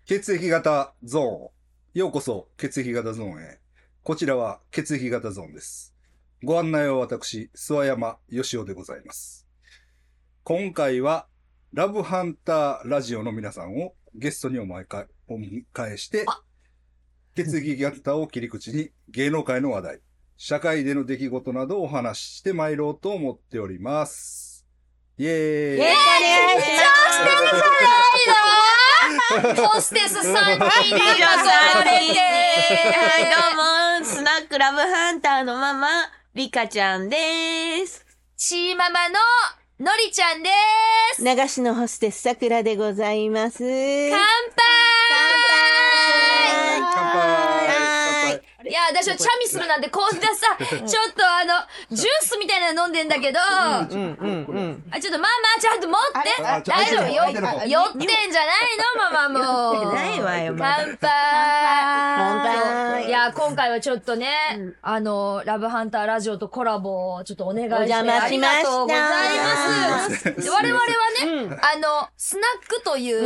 血液型ゾーン。ようこそ血液型ゾーンへ。こちらは血液型ゾーンです。ご案内は私、諏訪山義雄でございます。今回はラブハンターラジオの皆さんをゲストにお迎えして、血液型を切り口に芸能界の話題、社会での出来事などをお話ししてまいろうと思っております。イエーイ。 お願いします。ホステス3人に囲まれて。 はい、どうも、スナックラブハンターのママ、リカちゃんです。 チーママののりちゃんです。 流しのホステスさくらでございます。 乾杯。 乾杯。 いや、私はチャミするなんてこんなさ、ちょっとジュースみたいなの飲んでんだけど、ちょっとママちゃんと持って。大丈夫よ。酔ってんじゃないのママも。 ないわよ、 乾杯。いや、今回はちょっとね、ラブハンターラジオとコラボをちょっとお願いして。 お邪魔しました。 ありがとうございます。我々はね、スナックという、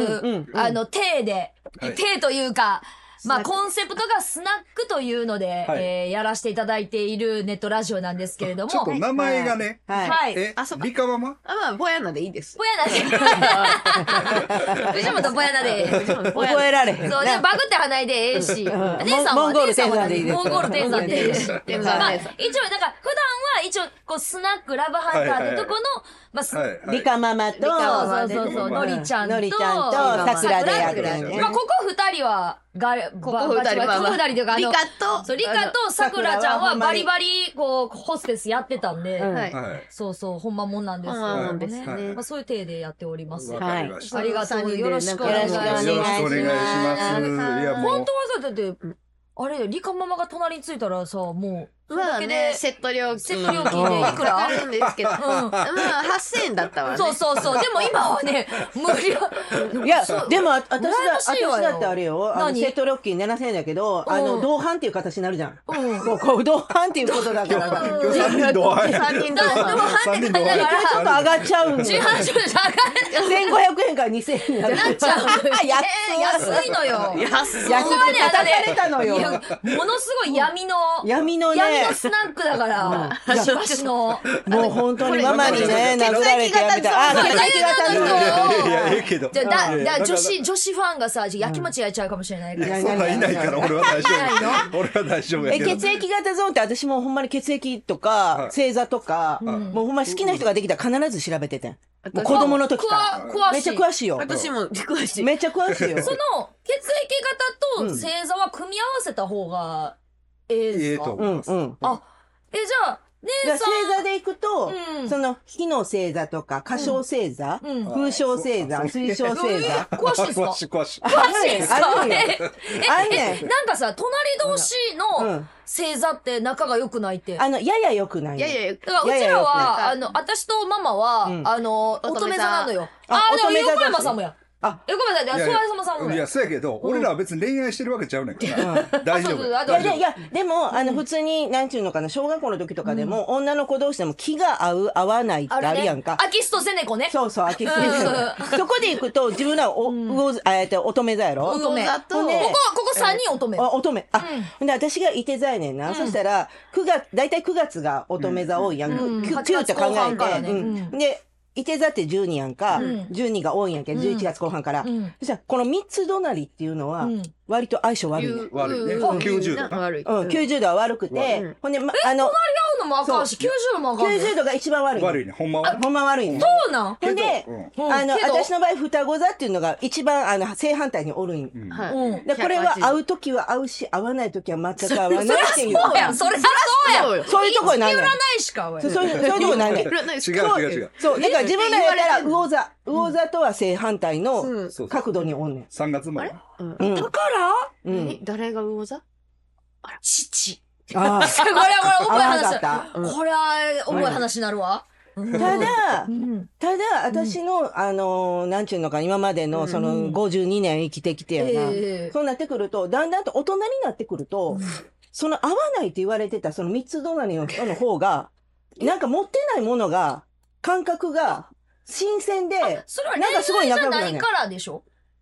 体で、体というか、まあ、コンセプトがスナックというので、やらせていただいているネットラジオなんですけれども。 ちょっと名前がね、 はい。 リカママ？ まあ、ぼやなでいいです。 ぼやなで。藤本ぼやなで。 覚えられへん。 そう、で、バグってはないでええし。姉さんは、 モンゴール天山でいいです。 モンゴール天山でええし。まあ、一応、だから、普段は一応、こう、スナックラブハンターってとこの、まあ、 リカママと、 そう、のりちゃんと、 さくらでやってるね。 まあ、ここ二人は、ここ二人というか、リカとさくらちゃんはバリバリ、こう、ホステスやってたんで、そう、ほんまもんなんですけどね。まあ、そういう体でやっております。 はい。 ありがとう。よろしくお願いします。 よろしくお願いします。 本当はさ、だって、あれ、リカママが隣についたらさ、もう、 まあね、セット料金でいくらあるんですけど。まあ、8000円だったわね。 そう。でも今はね、無料。 いや、でも、私だってあれよ。セット料金7000円だけど、同伴っていう形になるじゃん。こう、同伴っていうことだから。 今日3人同伴。 3人同伴ってだから、 ちょっと上がっちゃうんだよ。1500 円から2000円になっちゃう。安いのよ。 安くて叩かれたのよ。 ものすごい闇のね。 スナックだから、昔の。 もう本当にママにね、殴られてやめた。 血液型の人。 いや、ええけど。 じゃあ、女子ファンがさ、焼きもち焼いちゃうかもしれないから。 そんないないから、俺は大丈夫。俺は大丈夫やけど。 血液型ゾーンって私もほんまに血液とか、星座とか、もうほんまに好きな人ができたら必ず調べててん。子供の時から。めっちゃ詳しいよ。 私も詳しい。 めっちゃ詳しいよ。 その、血液型と星座は組み合わせた方が、ですか？ と思います。 じゃあ、姉さん。 星座でいくと、その、火の星座とか、火象星座、風象星座、水晶星座。 詳しいですか？ 詳しい。 あるね。なんかさ、隣同士の星座って仲が良くないって。 やや良くない。 いや。 だからうちらは、私とママは、乙女座なのよ。でも横山さんもや。ごめんなさい、諏訪山さんも。 いや、そうやけど、俺らは別に恋愛してるわけちゃうねんから。大丈夫。 いや、でも、普通に、なんちゅうのかな、小学校の時とかでも、女の子同士でも気が合う、合わないってあるやんか。 アキスとセネコね。 そう、アキスとセネコ。そこで行くと、自分ら乙女座やろ？ 乙女。ここ3人乙女。 乙女。で、私がいて座やねんな。そしたら、だいたい9月が乙女座多いやん。9って考えて。で、いて座って12やんか。12が多いんやけど、11月後半から。そしたら、この3つ隣っていうのは、割と相性悪いね。 悪いね。90度。 90度は悪くて。ほんで、 隣り合うのもあかんし、90度もあかん。 90度が一番悪い。 悪いね。ほんまは。 ほんま悪いね。 そうなん。 ほんで、私の場合、双子座っていうのが一番、正反対におるん。で、これは会うときは会うし、会わないときは全く会わないっていう。 そうやん。それそうやん。 そういうとこになんねん。 占いしか。 そういうとこなんねん。 違う。 そう。だから自分らやったら、魚座とは正反対の角度におんねん。 3月前。 だから誰が魚座？ 父。 これは重い話だ。これは重い話になるわ。 ただ、私の、なんちゅうのか、今までの、その、52年生きてきてやな。そうなってくると、だんだんと大人になってくると、その合わないって言われてた、その三つ隣の人の方が、なんか持ってないものが、感覚が、新鮮で、 それは恋愛じゃないからでしょ？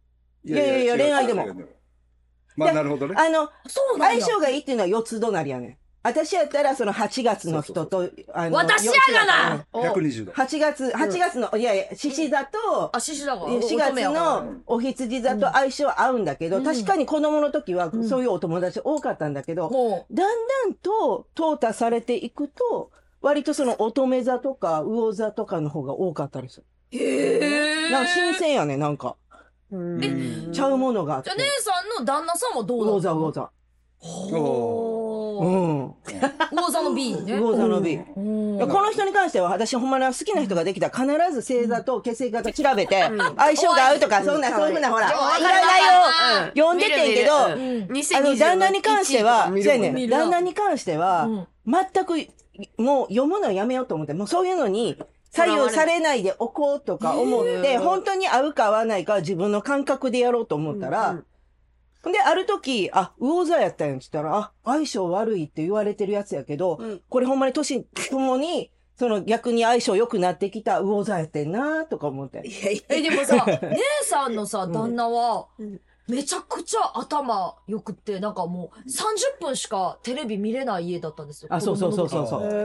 いやいや、恋愛でも。 まあ、なるほどね。 相性がいいっていうのは四つ隣やねん。私やったら、その8月の人と、 私やがな !120 度。 8月の、いやいや、獅子座と、 獅子座が。 4月のお羊座と相性合うんだけど、確かに子供の時はそういうお友達多かったんだけど、だんだんと淘汰されていくと、割とその乙女座とか魚座とかの方が多かったりする。 へぇー。 なんか新鮮やね、なんか。ちゃうものがあって。 じゃあ姉さんの旦那さんはどうだったの？ 魚座。 魚座の B ね。 魚座の B。この人に関しては、私ほんまに好きな人ができたら必ず星座と血液型調べて、相性が合うとか、そういうふうな、ほら、いらないよ。読んでてんけど、旦那に関しては、旦那に関しては、全く、もう読むのやめようと思って、もうそういうのに、左右されないでおこうとか思って、本当に合うか合わないかは自分の感覚でやろうと思ったら、で、ある時、魚座やったんやんって言ったら、相性悪いって言われてるやつやけど、これほんまに年ともに、その逆に相性良くなってきた魚座やってんなとか思って。 でもさ、姉さんのさ、旦那は、めちゃくちゃ頭良くって、なんかもう30分しかテレビ見れない家だったんですよ。 そう。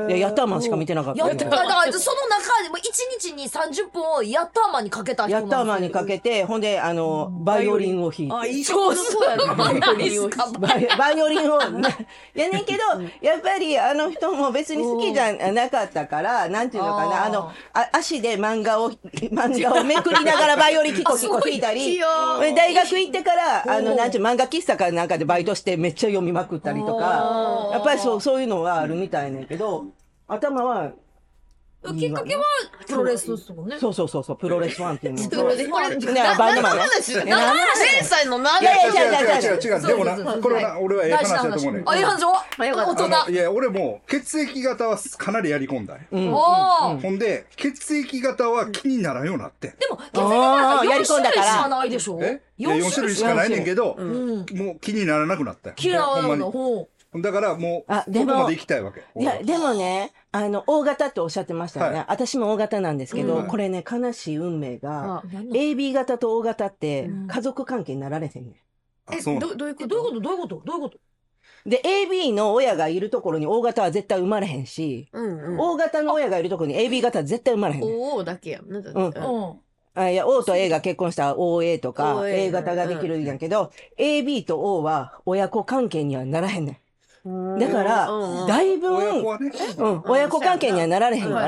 いや、ヤッターマンしか見てなかった。 だからその中でも1日に30分をヤッターマンにかけた人なんですよ。 ヤッターマンにかけて、ほんで、バイオリンを弾いて。 そうやね。バイオリンをバイオリンを、やねんけど、やっぱり人も別に好きじゃなかったから、なんていうのかな、足で漫画をめくりながらバイオリンキコキコ弾いたり、大学行ってから、漫画喫茶かなんかでバイトしてめっちゃ読みまくったりとか、やっぱりそういうのがあるみたいねんけど、頭は、 きっかけはプロレスですもんね。 そう、プロレスファンっていうの。 プロレスファン。 バンドマンね。 姉さんの何？ いや違う。 でもな、これはな、俺はええ話だと思うねん。 ええ話は大人。 いや、俺も血液型はかなりやり込んだんほんで、血液型は気にならんようになって。 でも、血液型は4種類しかないでしょ？ 4種類しかないねんけど、もう気にならなくなったよ。 気にならないの。 だからもう、そこまで行きたいわけ。 いや、でもね、大型っておっしゃってましたよね。私も大型なんですけど、これね、悲しい運命が、AB 型と O 型って家族関係になられへんねん。どういうことで、AB の親がいるところに O 型は絶対生まれへんし、O 型の親がいるところに AB 型は絶対生まれへん。 O だけや。 いや、O と A が結婚したら OA とか A 型ができるんやけど、AB と O は親子関係にはならへんねん。だから、だいぶ、親子関係にはなられへんから、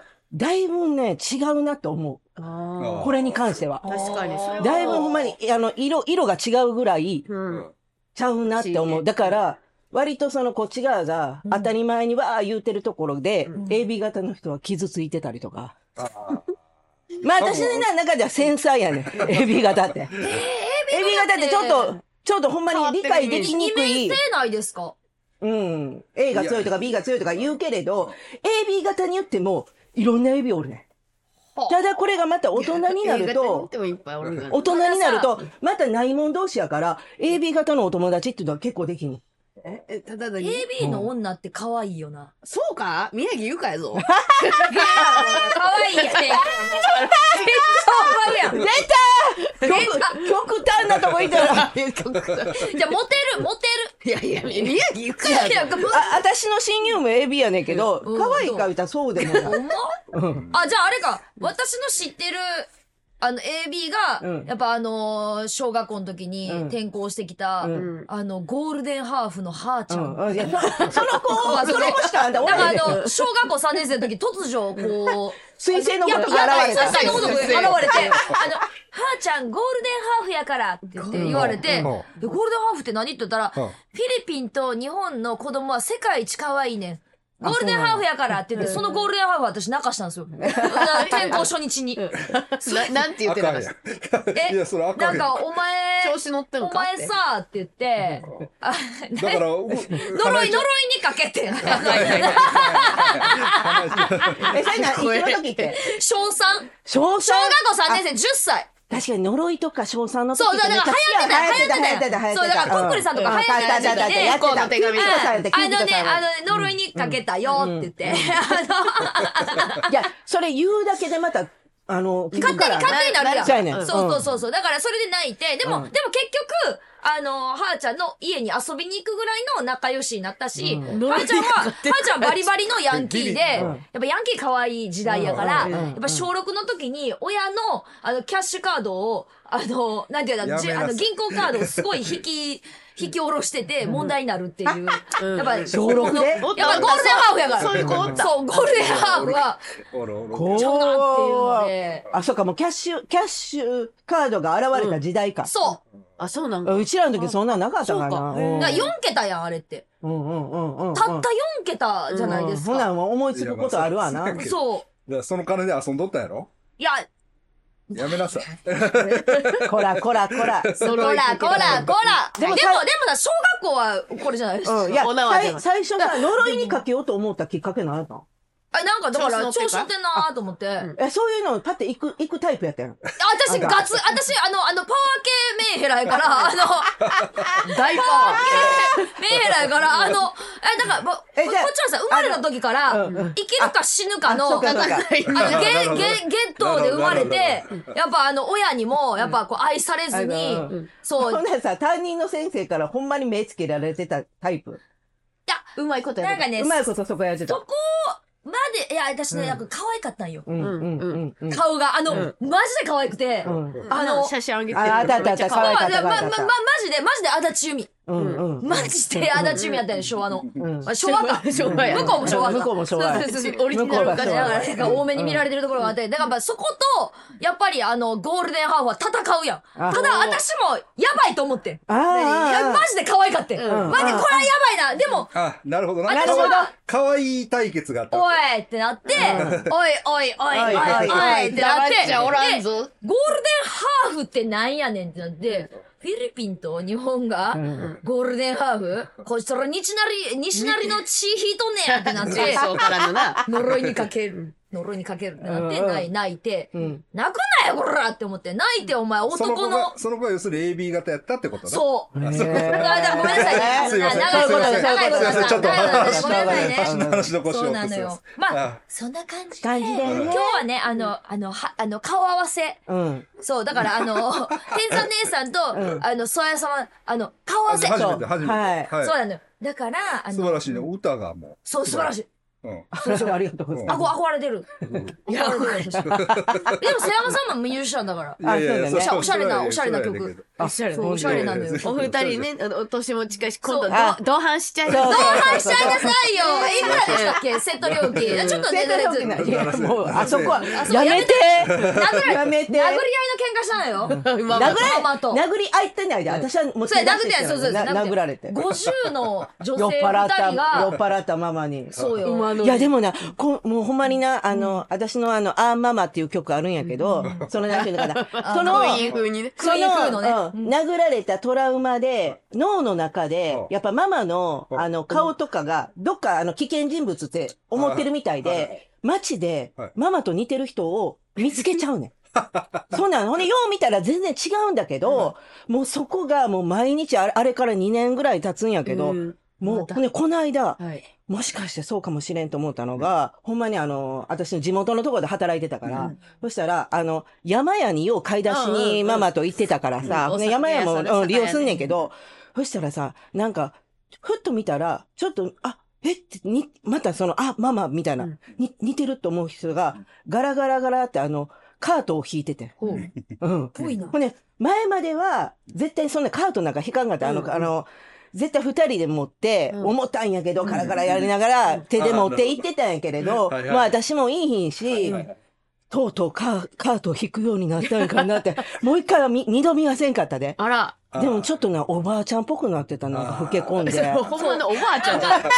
だいぶね、違うなと思う。これに関しては。 確かに。 だいぶほんまに、色が違うぐらい、ちゃうなって思う。だから、割とそのこっち側が当たり前にわー言うてるところで、AB 型の人は傷ついてたりとか。まあ私の中では繊細やねん。AB 型って。AB 型ってちょっとほんまに理解できにくい。 二面性ないですか ？A が強いとか B が強いとか言うけれど、AB 型によってもいろんな AB おるね。ただこれがまた大人になると、またないもん同士やから、AB 型のお友達っていうのは結構できん。 ただAB の女って可愛いよな。 そうか？宮城ゆかやぞ。 可愛いやね。 出た極端なとこ行ったら。 じゃあ、モテる。 いや、宮城ゆかやぞ。 私の親友も AB やねんけど、可愛いか言ったらそうでもない。 じゃああれか、私の知ってる、AB が、やっぱ小学校の時に転校してきた、ゴールデンハーフのハーちゃん。 その子したんだ、 だから小学校3年生の時突如、こう、 水星のごとく現れた。 水星のごとく現れて、ハーちゃんゴールデンハーフやからって言われて、ゴールデンハーフって何って言ったら、フィリピンと日本の子供は世界一可愛いねん。ゴールデンハーフやからって言って、そのゴールデンハーフ私泣かしたんですよ。転校初日に。 なんて言ってたの？ なんかお前、 調子乗ってんのかお前さって言って、 だから、 呪いにかけて。 それいつの時って？ 小 3。 小学校3年生10歳。 確かに呪いとか小3の時そう、だから流行ってた。そう、だからこっくりさんとか流行ってた時期で、呪いにかけたよって言って。 いや、それ言うだけでまた、 勝勝手になるやん。 そうやねん。 そう。だからそれで泣いて、でも結局、はーちゃんの家に遊びに行くぐらいの仲良しになったし、はーちゃんはバリバリのヤンキーで、やっぱヤンキー可愛い時代やから、やっぱ小6の時に親の、キャッシュカードを、なんていうの、銀行カードをすごい引き下ろしてて問題になるっていう。やっぱ小6でやっぱゴールデンハーフやから。 そういう子おった。 そう、ゴールデンハーフが、ちゃうなっていうので。 あ、そうか、もうキャッシュカードが現れた時代か。 そう。 あ、そうなんか。 うちらの時そんなんなかったかな。 4桁やん、あれって。たった4桁じゃないですか。 ほな、思いつくことあるわな。 そう。 その金で遊んどったやろ？ いや、 やめなさい。 こら。 こら。でもな、小学校はこれじゃないですか。 いや、最初さ、呪いにかけようと思ったきっかけなんだったなんかだから調子乗ってんなと思って。 そういうのパッて行くタイプやったやん。 私パワー系メンヘラやから、 大パワーメンヘラやから、だから、こっちはさ、生まれた時から、生きるか死ぬかの、ゲットで生まれて、やっぱ親にも、やっぱ愛されずに、そう。 ほんなさ、担任の先生からほんまに目つけられてたタイプ。 いや、 うまいことやる。なんかね、 うまいことそこやってた。 そこまで、いや、私ね、なんか可愛かったんよ。 顔が、マジで可愛くて、 写真あげて。 あった、可愛かった。 マジで足立由美。マジで足立由美やったよ、昭和の。昭和か。 昭和や。 向こうも昭和か。 向こうも昭和。 オリジナルか。だから多めに見られてるところがあって、だからそこと、やっぱりゴールデンハーフは戦うやん。ただ、私もやばいと思ってん。マジで可愛かってん。マジでこれはやばいな。でも、 なるほどな。 私は、 可愛い対決があった。 おいってなって、おいってなって、で、ゴールデンハーフってなんやねんってなって、フィリピンと日本がゴールデンハーフこいつら西成の血引いとんねやってなって、呪いにかけるってなって、泣いて、泣くなよこらって思って、泣いてお前男の。 その子は要するに AB 型やったってことだ。 そう。ごめんなさい。 すいません。 長いことちょっとごめんなさいね。 話の腰を。 そうなのよ。まあ、そんな感じで。今日はね、顔合わせ。そう、だから、天山姉さんと、ソヤ様、顔合わせ。 初めて。 そうなのよ。だから、 素晴らしいね。歌がもう。 そう、素晴らしい。 ありがとうございます。 憧れてる。でも、瀬山さんもミュージシャンだから。おしゃれな曲。 おしゃれなのよ。 お二人ね、お年も近いし、今度、同伴しちゃいなさい。同伴しちゃいなさいよ。いくらでしたっけセット料金。ちょっとね、 もう、あそこは、やめてやめて。 殴り合いの喧嘩したのよ。 殴り合いってないで、私はもう手出して殴られて。 50の女性酔っ 2人が。 酔っ払ったママに。 そうよ。 いや、でもな、もうほんまにな、私のアーママっていう曲あるんやけど、その、なんていうのかな。その、殴られたトラウマで、脳の中で、やっぱママの、顔とかが、どっか、危険人物って思ってるみたいで、街で、ママと似てる人を見つけちゃうねん。そうなの。ほんで、よう見たら全然違うんだけど、もうそこがもう毎日、あれから2年ぐらい経つんやけど、もう、ほんで、この間、もしかしてそうかもしれんと思ったのが、ほんまに私の地元のところで働いてたから、そしたら、山屋によう買い出しにママと行ってたからさ、山屋も利用すんねんけど、そしたらさ、なんか、ふっと見たら、ちょっと、またママみたいな、似てると思う人が、ガラガラガラってカートを引いてて。 ぽいな。 ほんで、前までは、絶対そんなカートなんか引かんかった。絶対2人で持って、重たいんやけど、カラカラやりながら、手で持って行ってたんやけれど、まあ私もいいひんし、とうとうカートを引くようになったんかなって、もう一回は二度見はせんかったで。 あら。 でもちょっとな、おばあちゃんっぽくなってたな、老け込んで。 ほんまのおばあちゃんじゃん。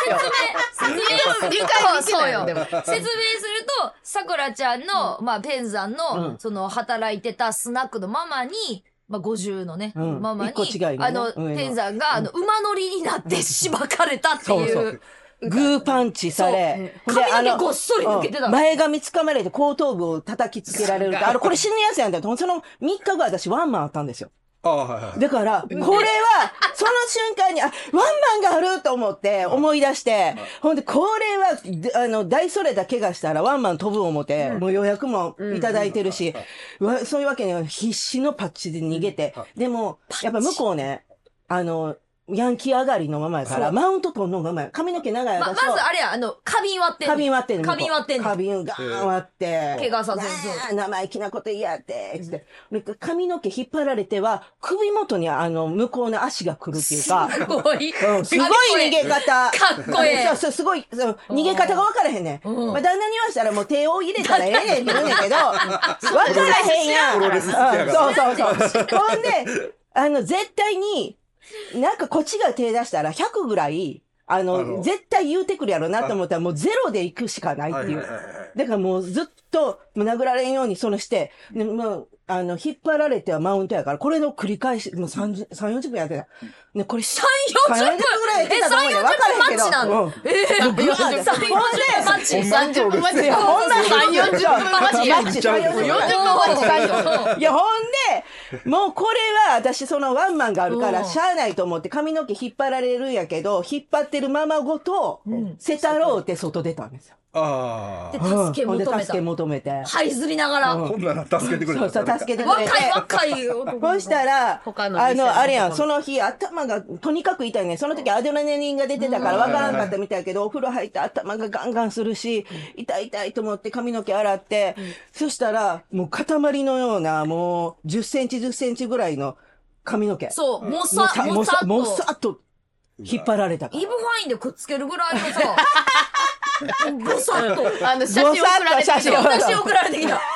そうよ。説明すると、さくらちゃんの、まあ、ペンさんの、働いてたスナックのママに、まあ、50のね、ママに、ペンさんが、馬乗りになってしばかれたっていう。 グーパンチされ。 髪の毛ごっそり抜けてた。 前髪掴まれて後頭部を叩きつけられる。これ死ぬやつやんだよ。その3日後私ワンマンあったんですよ。 だから、これは、その瞬間に、ワンマンがあると思って思い出して、ほんで、これは、大それた怪我したらワンマン飛ぶ思って、もう予約もいただいてるし、そういうわけには必死のパッチで逃げて、でも、やっぱ向こうね、ヤンキー上がりのままやから、マウント取るのがうまい。髪の毛長いまずあれや、花瓶割ってんの。 花瓶割ってんの。 花瓶割ってんの。 花瓶ガーン割って。 怪我させんと。生意気なこと言いやって、つって。髪の毛引っ張られては、首元に向こうの足が来るっていうか。 すごい。 すごい逃げ方。 かっこいい。 そう、すごい、逃げ方が分からへんね。旦那に言わしたらもう手を入れたらええねんって言うんだけど、分からへんやん。そう。ほんで、絶対に、なんかこっちが手出したら100ぐらい、絶対言うてくるやろなと思ったらもうゼロで行くしかないっていう。だからもうずっと殴られんようにして、もう、引っ張られてはマウントやから、これの繰り返し、もう3、40分やってた。ね、これ 3、40分ぐらいやってたと思うよ。分からへんけど。 30分マッチ。 30分マッチ。 ほんま 3、40分マッチ。 40分マッチ。いや、ほんで、もうこれは私そのワンマンがあるから、しゃあないと思って髪の毛引っ張られるんやけど、引っ張ってるままごと、せたろうって外出たんですよ。 で、助け求めて。這いずりながら。 ほんなら助けてくれた。 そう、助けてくれて。 若い男。 そしたら、あれやん、その日頭がとにかく痛いね。その時アドレナリンが出てたからわからんかったみたいやけど、お風呂入って頭がガンガンするし、痛いと思って髪の毛洗って、そしたら、もう塊のような、もう10センチ10センチぐらいの髪の毛。 そう、もさっと引っ張られた。 イブファインでくっつけるぐらいのさ、ぼさっと。 写真送られてきた。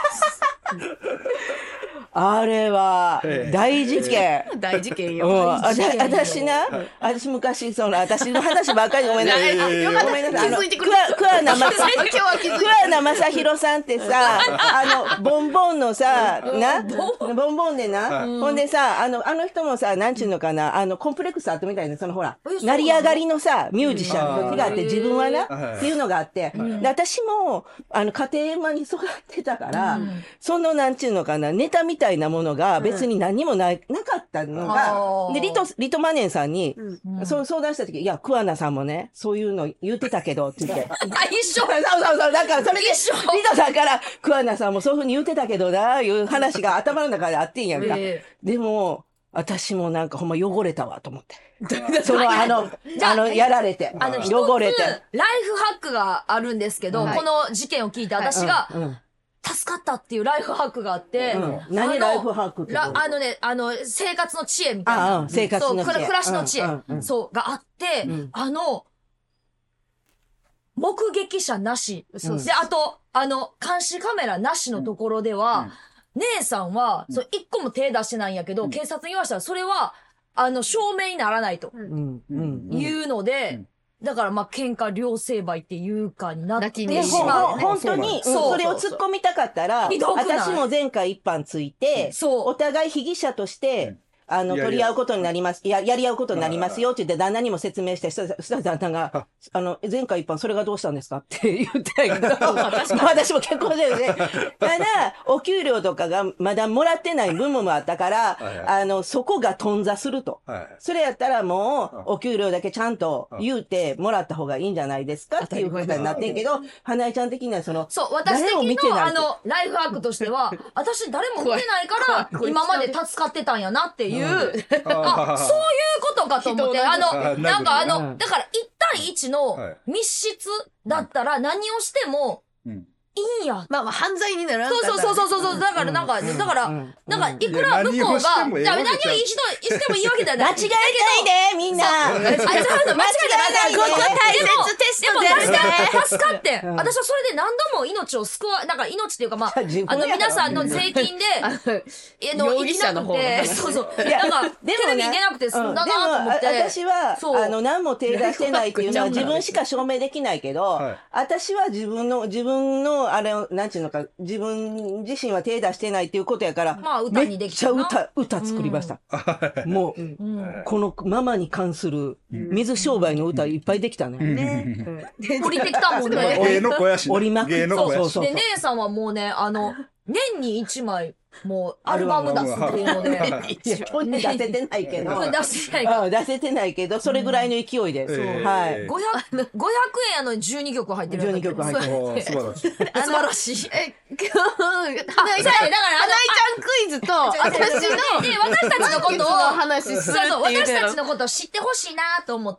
あれは、大事件。 大事件よ。 私昔、私の話ばっかりごめんなさい。 ごめんなさい。気づいてくれた。 桑名正宏さんってさ、ボンボンのさ、ボンボンでな。ほんでさ、あの人もさ、なんちゅうのかな、コンプレックスあったみたいな、ほら、成り上がりのさ、ミュージシャンのがあって、自分はな、っていうのがあって、私も、家庭間に育ってたから、なんちゅうのかな、ネタみたいなものが別に何もなかったのが、で、リトマネンさんに、相談した時、いや、桑名さんもね、そういうの言ってたけど、って言って。 一緒。 そう。だからそれで、リトさんから、桑名さんもそういうふうに言ってたけどな、いう話が頭の中であってんやんか。でも、私もなんかほんま汚れたわ、と思って。やられて。汚れて。 ライフハックがあるんですけど、この事件を聞いて私が、助かったっていうライフハックがあって、 何ライフハックって生活の知恵みたいな。 生活の知恵。 暮らしの知恵。そう、があって、目撃者なし。で、あと、監視カメラなしのところでは、姉さんは、一個も手出してないんやけど、警察に言わしたら、それは、証明にならないと。いうので、だから喧嘩両成敗っていうかになってしまう。 本当に、それを突っ込みたかったら、私も前回一般ついて、お互い被疑者として、取り合うことになります。やり合うことになりますよって言って旦那にも説明して、そしたら旦那が、前回一般それがどうしたんですかって言ってたけど、私も結婚してるね。ただ、お給料とかがまだもらってない部分もあったから、そこが頓挫すると。それやったらもう、お給料だけちゃんと言うてもらった方がいいんじゃないですかっていうことになってんけど、花江ちゃん的にはそう、私的のライフハックとしては、私誰も見てないから、今まで助かってたんやなっていう、そういうことかと思って、だから1対1の密室だったら何をしてもいいんや。 犯罪にならんかったそう。だから、いくら向こうが、何をしてもいいわけじゃない。 間違えないで、みんな。 間違えない。ここ大切テストですね。助かって。私はそれで何度も命を救わ、命っていうか皆さんの税金で、 容疑者の方テレビ出なくて済んだなと思って。 私は、何も手出してないっていうのは自分しか証明できないけど、私は自分のあれを、なんちゅうのか、自分自身は手出してないっていうことやから、めっちゃ歌作りました。もう、このママに関する水商売の歌いっぱいできたね。 降りてきたもんね。 芸の肥やし。 降りまくそう。で、姉さんはもうね、年に1枚、 もうアルバム出すっていうので。 いや、本人出せてないけど。 出せないか。 出せてないけど、それぐらいの勢いで。はい。 500円やのに12曲入ってる。 12曲入ってる。 素晴らしい。 素晴らしい。 花井ちゃんクイズと、私たちのことを、 話するっていう。 私たちのことを知ってほしいなと思って、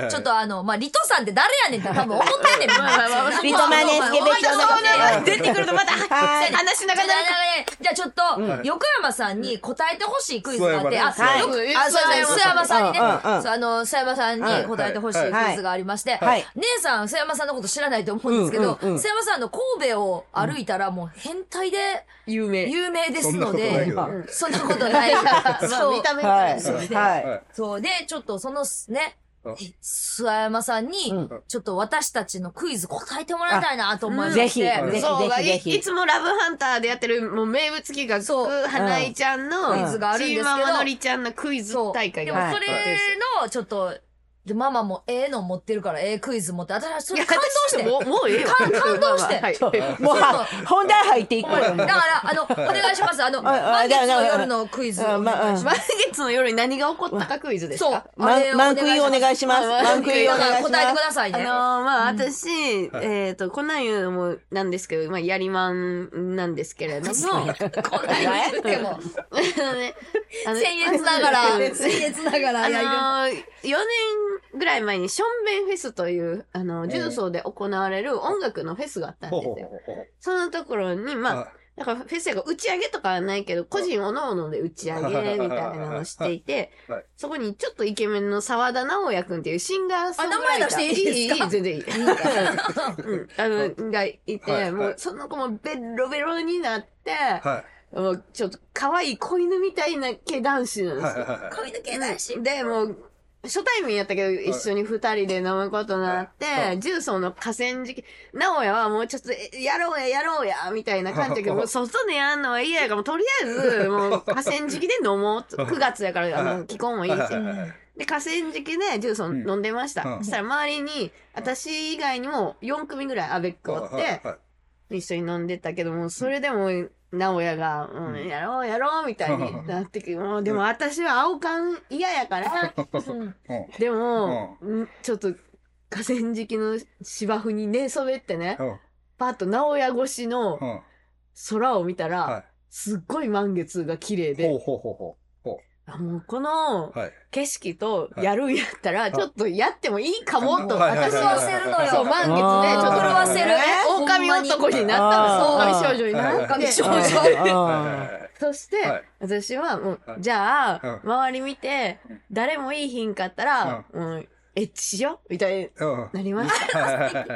ちょっとリトさんって誰やねんって多分思ってんねん。 リトマネスケベチョ出てくるとまた、話しながら。 じゃあちょっと、横山さんに答えてほしいクイズがあって、須山さんにね、須山さんに答えてほしいクイズがありまして、姉さん、須山さんのこと知らないと思うんですけど、須山さんの神戸を歩いたらもう変態で有名ですので、そんなことない。 そう、見た目そうで、ちょっとそのね、諏訪山さんに、ちょっと私たちのクイズ答えてもらいたいなと思いまして。 ぜひ。 いつもラブハンターでやってる、もう名物企画、花井ちゃんの、 クイズがあるんですけど。 チーママのりちゃんのクイズ大会が。 でもそれの、ちょっと、で、ママもの持ってるから、クイズ持って、私はそれ感動して。 もうええよ。 感動して。 もう、本題入っていこうよ。 だから、お願いします。満月の夜のクイズ。満月の夜に何が起こったかクイズですか？ そう。満クイお願いします。満クイお願いします。 答えてくださいね。 私、こんなん言うのもなんですけど、やりまんなんですけれども。 こんなん言っても。僭越ながらやる。 4年ぐらい前にションベンフェスという、重曹で行われる音楽のフェスがあったんですよ。そのところに、なんかフェスや打ち上げとかはないけど、個人おのおので打ち上げみたいなのをしていて、そこにちょっとイケメンの沢田直也くんっていうシンガーソングライター。 名前出していいですか？ 全然いい。がいて、もうその子もベロベロになって、もうちょっと可愛い子犬みたいな系男子なんですよ。 子犬系男子。 で、もう、初対面やったけど、一緒に二人で飲むことになって、重曹の河川敷、直哉はもうちょっと、やろうや、みたいな感じだけど、もう外でやんのは嫌やから、もうとりあえず、もう河川敷で飲もう。9月やから、気候もいいし。で、河川敷で重曹飲んでました。そしたら周りに、私以外にも4組ぐらいアベックおって、一緒に飲んでたけども、それでも、直哉が、やろう、みたいになってきて、でも私は青缶嫌やから、でも、ちょっと河川敷の芝生に寝そべってね、パッと直哉越しの空を見たら、すっごい満月が綺麗で、もうこの景色とやるんやったら、ちょっとやってもいいかもと、 私はせるのよ。 そう、満月でちょっと狂わせる。 狼男になったんです。狼少女になって。狼少女。そして、私はもう、じゃあ、周り見て、誰もいい日んかったら、エッチしようみたいになりました。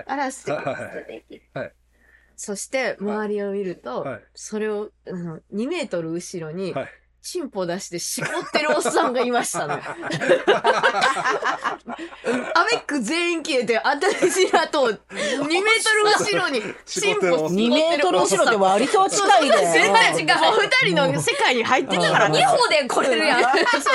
あら、素敵。そして、周りを見ると、それを、2メートル後ろに、チンポ出してしこってるおっさんがいましたね。アベック全員消えて、私らと2メートル後ろにチンポ 2メートル後ろって割と近いね。 全然違う。二人の世界に入ってたからね。2歩で来れるやん。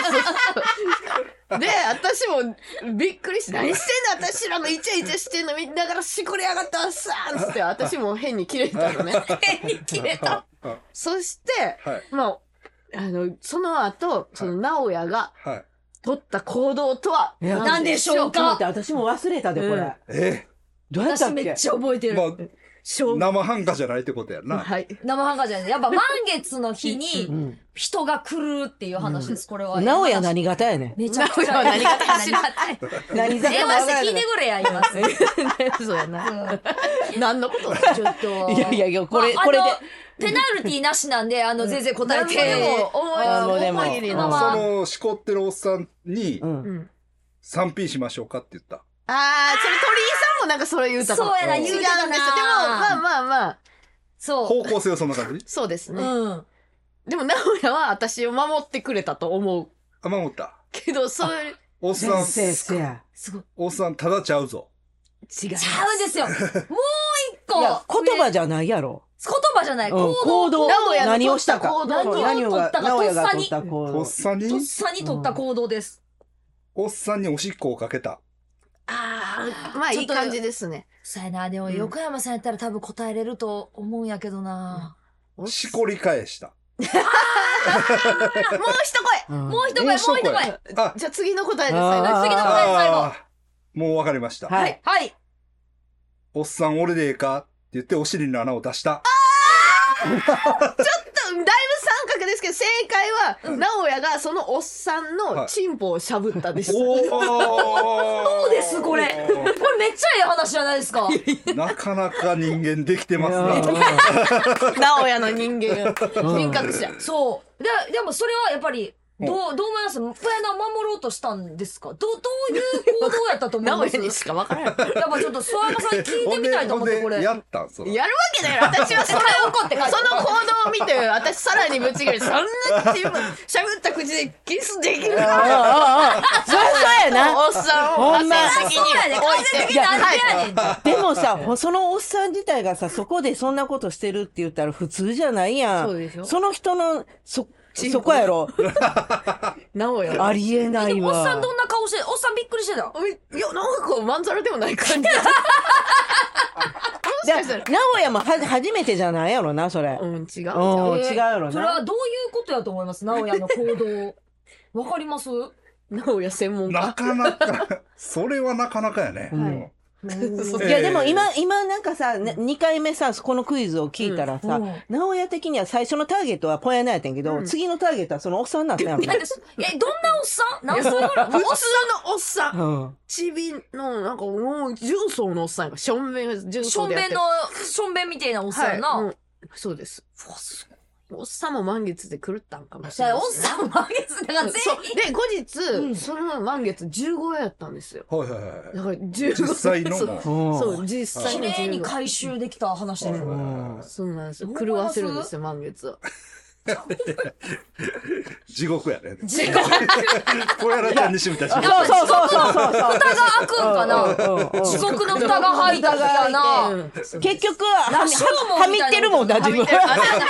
で、私もびっくりして、何してんの私らのイチャイチャしてんの見ながらしこりやがったさーつって、私も変に切れたのね。変に切れた。そして、その後、その直哉が取った行動とは何でしょうか？ 私も忘れたで、これ。どうやったっけ？ 私めっちゃ覚えてる。 生半可じゃないってことやな。 はい。生半可じゃない。やっぱ満月の日に人が来るっていう話です、これは。 直哉何型やねん。 めちゃくちゃ何型やねん。 何型電話して聞いてくれや、今。 そうやな。何のことちょっと。 いや、これで。 ペナルティなしなんで、全然答えて。 でも、 その、しこってるおっさんに、3P しましょうかって言った。 それ鳥居さんもなんかそれ言うたそうやな、言うたな。 でも、まあ。 そう。 方向性はそんな感じ？ そうですね。でも、直哉は私を守ってくれたと思う。 守った。 けど、そういう。 おっさん、 すごい。 おっさん、ただちゃうぞ。 違うんですよ。もう一個。 言葉じゃないやろ。 言葉じゃない。 行動。何をしたか。 何を取ったか。とっさに取った行動です。 おっさんにおしっこをかけた。 まあいい感じですね。 そうやな。でも横山さんやったら多分答えれると思うんやけどな。 しこり返した。 もう一声。 もう一声、もう一声。 あ、 じゃあ次の答えです。 次の答え最後。 もうわかりました。 はい。 はい。 おっさん俺でええかって言ってお尻の穴を出した。 ちょっと、だいぶ三角ですけど、正解は、直哉がそのおっさんのチンポをしゃぶったです。 そうです、これ。これめっちゃいい話じゃないですか。 なかなか人間できてますな。 直哉の人間、人格者。 そう。でもそれはやっぱり、どう思います？フヤナ守ろうとしたんですか？どういう行動やったと思います？ 直哉にしか分からない。 やっぱちょっと諏訪山さんに聞いてみたいと思って、これ。 やったんそれ。 やるわけないよ。私はそれ怒ってその行動を見て、私さらにぶち切れ、そんな自分、しゃぶった口でキスできるかそうやな。 おっさんを汗先に置いて。でもさ、そのおっさん自体がさ、そこでそんなことしてるって言ったら普通じゃないやん。 そうでしょ。 その人の、そこやろ。 直哉。 ありえないわ。 おっさんどんな顔して、おっさんびっくりしてた。 いや、なんかまんざらでもない感じ。 直哉も初めてじゃないやろな、それ。 うん、違う。 違うやろな。 それはどういうことやと思います？直哉の行動。わかります？ 直哉専門家。 なかなか、それはなかなかやね。 いやでも今なんかさ、2回目さ、このクイズを聞いたらさ、直哉的には最初のターゲットはポヤナやったんやけど、次のターゲットはそのおっさんなんだよ。 どんなおっさん？何歳ぐらい？ おっさんのおっさん。ちびの、なんかもう、重曹のおっさんが、しょんべん重曹でやってる。 しょんべんみたいなおっさんやな。 そうです。おっさんも満月で狂ったんかもしれない。 おっさん満月だから全員。 で、後日、その満月15やったんですよ。 はいはいはい。 だから15。 実際の。 そう、実際の15。 綺麗に回収できた話でしょ。 そうなんですよ。狂わせるんですよ、満月を。 地獄やね。 地獄。 小柳ちゃんにしみた地獄。 そう。蓋が開くんかな。地獄の蓋が開いたやな。 結局は、はみってるもんだ、自分。全然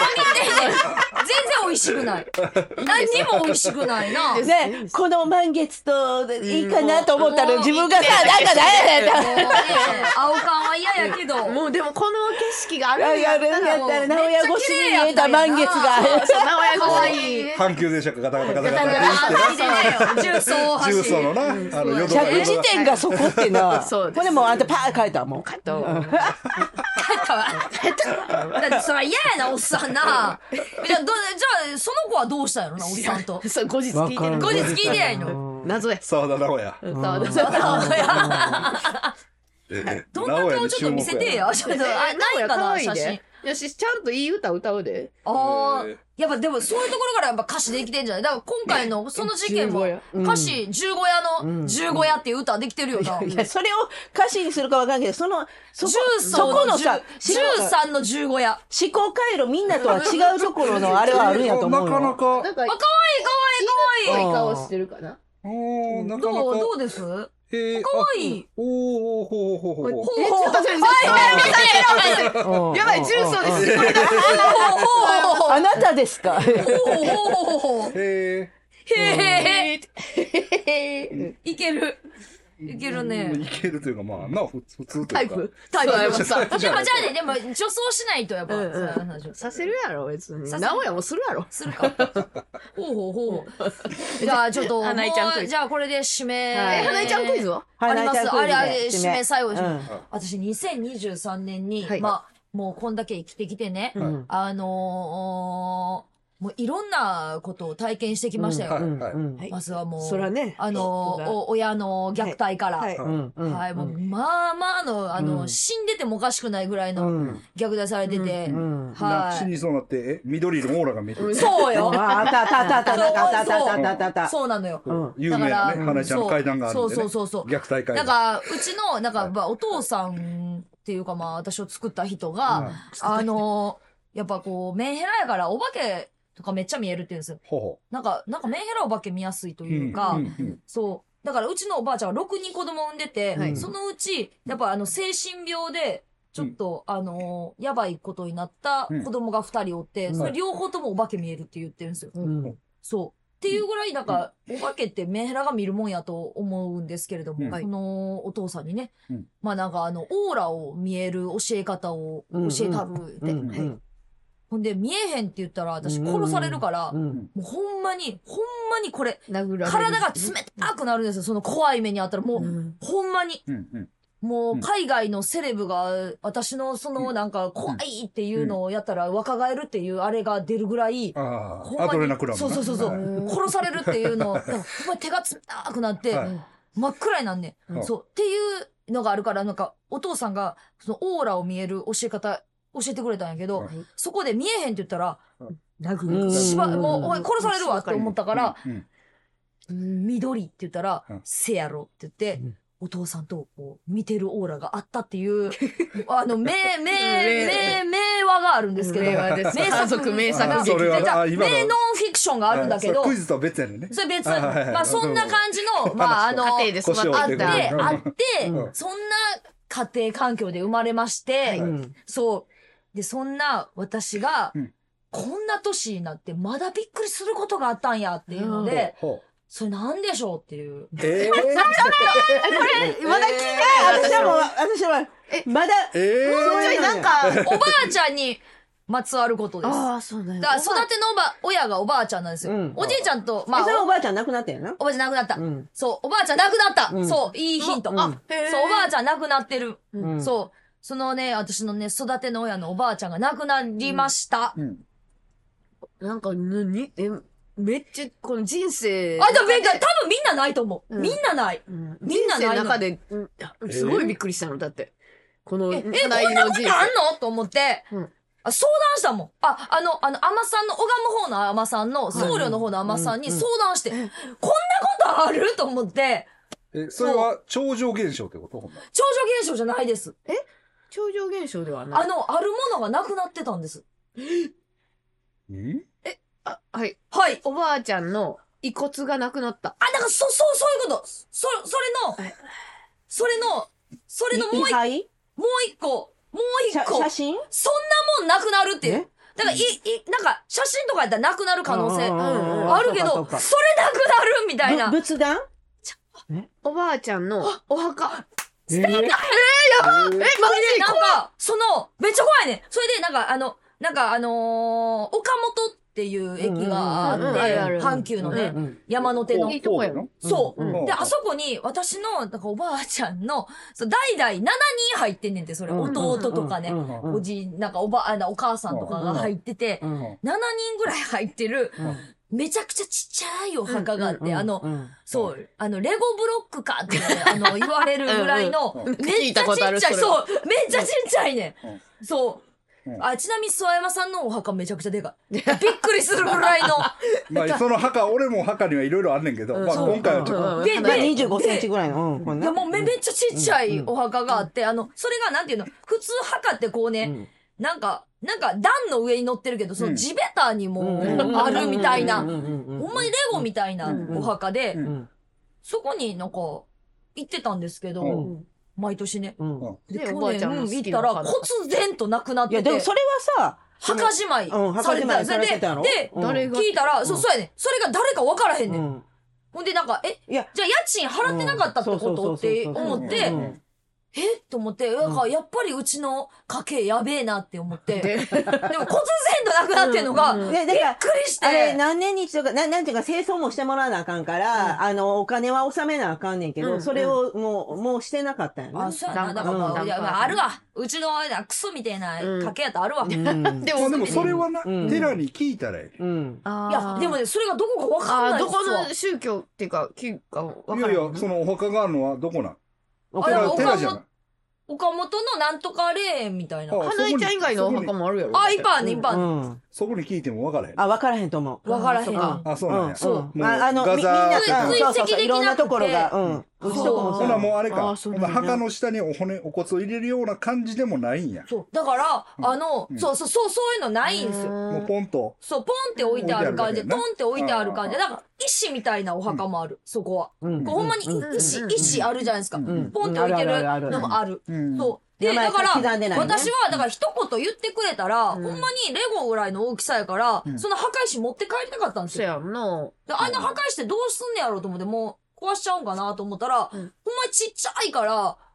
美味しくない。何にも美味しくないな。 ね、この満月といいかなと思ったら自分がさ、なんか何やねん。 青缶は嫌やけど。 もうでもこの景色があるんやったら、 直哉越しに見えた満月が。 直哉かわいい。 阪急電車がガタガタガタガタ重曹重曹のな、 着地点がそこってな。 そうです。 これもうあんたパー書いたもん。 書いたわ。 だってそれ嫌やな、おっさんな。じゃあ、その子はどうしたんやろな、おっさんと。 後日聞いてる。 後日聞いてやいの。 謎や。 沢田直哉。 沢田直哉。どんな顔ちょっと見せてや。ちょっと、ないかな、写真。 よし、ちゃんといい歌歌うで。 やっぱでもそういうところからやっぱ歌詞できてんじゃない？だから今回のその事件も歌詞十五夜の十五夜っていう歌できてるよな。 いや、それを歌詞にするかわかんないけど、そこのさ、13の十五夜。 思考回路みんなとは違うところのあれはあるんやと思うよ。 なかなか。 かわいいかわいいかわいい。 顔してるかな。 どうです？かわいい。 ほう。 ちょっとやばい、重曹です。 あなたですか？ へえ。いける。いけるね。 いけるというか、まあ、普通というか。 タイプ。でもじゃあね、でも、女装しないとやっぱ。 させるやろ、別に。直哉もするやろ。 するか。ほう。じゃあ、ちょっと、じゃあ、これで締め。 花井ちゃんクイズはあります。あれ、締め最後に。私、2023年に、まあ、もうこんだけ生きてきてね、もういろんなことを体験してきましたよ。まずはもう、 そらね、 親の虐待から、はい、もうまあまあの、死んでてもおかしくないぐらいの虐待されてて、 はい。死にそうなって、緑のオーラが見えてる。 そうよ。 あった。 そうなのよ。 有名なね、花江ちゃんの階段があるんでね。 そう。 虐待階段。 なんか、うちの、なんか、お父さんっていうかまあ、私を作った人が、やっぱこう、メンヘラやからお化け、とかめっちゃ見えるって言うんですよ。なんかメンヘラお化け見やすいというか、そう。だからうちのおばあちゃんは6人子供産んでて、そのうち、やっぱ精神病で、ちょっと、やばいことになった子供が2人おって、それ両方ともお化け見えるって言ってるんですよ。そう。っていうぐらい、なんか、お化けってメンヘラが見るもんやと思うんですけれども、そのお父さんにね、まあなんかオーラを見える教え方を教えたるって。 ほんで、見えへんって言ったら、私殺されるから、もうほんまにこれ、体が冷たくなるんですよ。その怖い目にあったら、もう、ほんまに。もう、海外のセレブが、私のその、なんか、怖いっていうのをやったら、若返るっていうあれが出るぐらい、 アドレナクラム。 そう。殺されるっていうのを、ほんまに手が冷たくなって、真っ暗になんねん。そう。っていうのがあるから、なんか、お父さんが、そのオーラを見える教え方、教えてくれたんやけど、そこで見えへんって言ったら、もう、おい、殺されるわって思ったから、緑って言ったら、せやろって言って、お父さんとこう見てるオーラがあったっていう、名話があるんですけど、 名作劇。 名ノンフィクションがあるんだけど、 クイズとは別やねんね。 それ別。まあそんな感じの、まあ家庭で育ってあって、そんな家庭環境で生まれまして、そう。で、そんな私が、こんな年になってまだびっくりすることがあったんやっていうので、それなんでしょうっていう。 これ、まだ聞いてない私は、まだ、 なんか、 おばあちゃんにまつわることです。 ああ、そうだよ。 だから育ての親がおばあちゃんなんですよ。おじいちゃんと、 まあ。それおばあちゃん亡くなったよな。 おばあちゃん亡くなった。そう、おばあちゃん亡くなった。そう、いいヒント。そう、おばあちゃん亡くなってる。そう、そのね、私のね、育ての親のおばあちゃんが亡くなりました。 なんか、めっちゃ、この人生。 多分みんなないと思う。みんなない。みんなない。 人生の中で、すごいびっくりしたの、だって。この、こんなことあんのと思って、相談したもん。海女さんの、拝む方の海女さんの、僧侶の方の海女さんに相談して、こんなことあると思って。 それは超常現象ってこと？ 超常現象じゃないです。 超常現象ではない。 あるものがなくなってたんです。 はい。 はい。 おばあちゃんの遺骨がなくなった。 だからそういうこと。それのもう一個。 写真そんなもんなくなるっていう。だから、なんか、写真とかやったらなくなる可能性あるけど、それなくなるみたいな。 仏壇おばあちゃんのお墓。 やばマジでなんか、めっちゃ怖いね。それで、岡本っていう駅があって、阪急のね、山手の。 いいとこやろ？ そう。で、あそこに私の、おばあちゃんの、代々7人入ってんねんて、それ。弟とかね、お母さんとかが入ってて、7人ぐらい入ってる、めちゃくちゃちっちゃいお墓があって、レゴブロックかって言われるぐらいの、めっちゃちっちゃい、そう、めっちゃちっちゃいねん。そう。ちなみに諏訪山さんのお墓めちゃくちゃでかい。びっくりするぐらいの。 まあ、その墓、俺も墓にはいろいろあんねんけど、まあ今回はちょっと。 で、25センチぐらいの。 いや、もうめっちゃちっちゃいお墓があって、それがなんていうの、普通墓ってこうね、なんか段の上に乗ってるけど、その地べたにもあるみたいな、ほんまにレゴみたいなお墓で、そこになんか行ってたんですけど、毎年ね。で、去年行ったら、忽然となくなってて。 いや、でもそれはさ、 墓じまいされてた。で、聞いたら、そうやね。それが誰か分からへんねん。ほんでなんか、じゃあ家賃払ってなかったってことって思って、と思って、やっぱりうちの家計やべえなって思って。でも、忽然となくなってんのが、びっくりして。 あれ、何年に一度か、なんていうか、清掃もしてもらわなあかんから、お金は納めなあかんねんけど、それをもうしてなかったんやな。 そうやな。だから、あるわ。うちのクソみたいな家計やったらあるわ。でもそれはな、寺に聞いたらいい。 いや、でもね、それがどこかわかんない。 どこの宗教っていうか、 いやいや、そのお墓があるのはどこなん？ 寺じゃない。岡本のなんとか霊園みたいな。 花江ちゃん以外のお墓もあるやろ。 いっぱいあるね、いっぱいある。 そこに聞いても分からへん。 分からへんと思う。 分からへん。 そうなんや。 そう。 みんなが、いろんなところが、 うちとこもそんなもうあれか。墓の下にお骨を入れるような感じでもないんや。 そう。だから、そういうのないんですよ。 もうポンと。 そう、ポンって置いてある感じで、トンって置いてある感じで、だから、石みたいなお墓もある、そこは。ほんまに石あるじゃないですか。ポンって置いてるのもある。そう。で、だから、私は、だから一言言ってくれたら、ほんまにレゴぐらいの大きさやから、その墓石持って帰りたかったんですよ。 そうやんな。 あんな墓石ってどうすんねやろうと思って、もう壊しちゃうんかなと思ったら、ほんまにちっちゃいから、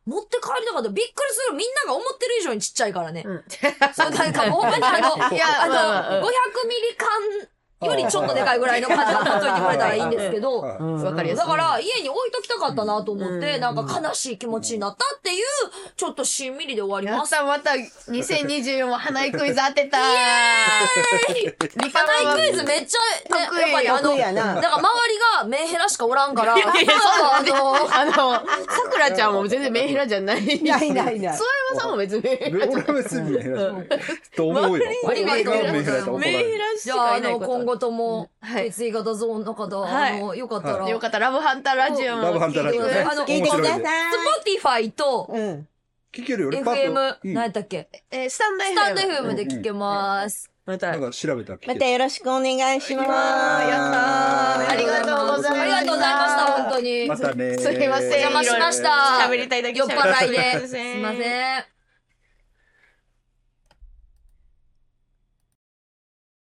持って帰りたかった。びっくりする。みんなが思ってる以上にちっちゃいからね。そう、なんかほんまに500ミリ缶よりちょっとでかいぐらいの感じで持っといてくれたらいいんですけど、 わかりやすい。 だから家に置いときたかったなと思って、なんか悲しい気持ちになったっていう、ちょっとしんみりで終わります。 また2024も花井クイズ当てた。 イエーイ花井クイズめっちゃ、やっぱりだから周りがメンヘラしかおらんから、 さくらちゃんも全然メンヘラじゃない。 ない。諏訪山さんも別にメンヘラじゃない。 俺は別にメンヘラじゃない。と思うよ。 ありがとうございます。 メンヘラと怒られる。 メンヘラしじゃあ、 かいないこと。 今後とも、血液型ゾーンの方、よかったら。 よかったら、ラブハンターラジオも。 ラブハンターラジオね。 聞いてください。 Spotify と、 聞けるよね。 FM、何やったっけスタンド FM で聞けます。 また。 なんか調べたら聞ける。 またよろしくお願いします。 やったー。ありがとうございました。 ありがとうございました、本当に。 またね。 すみません。 お邪魔しました。 喋りたいだけ酔っ払いで。 すすいません。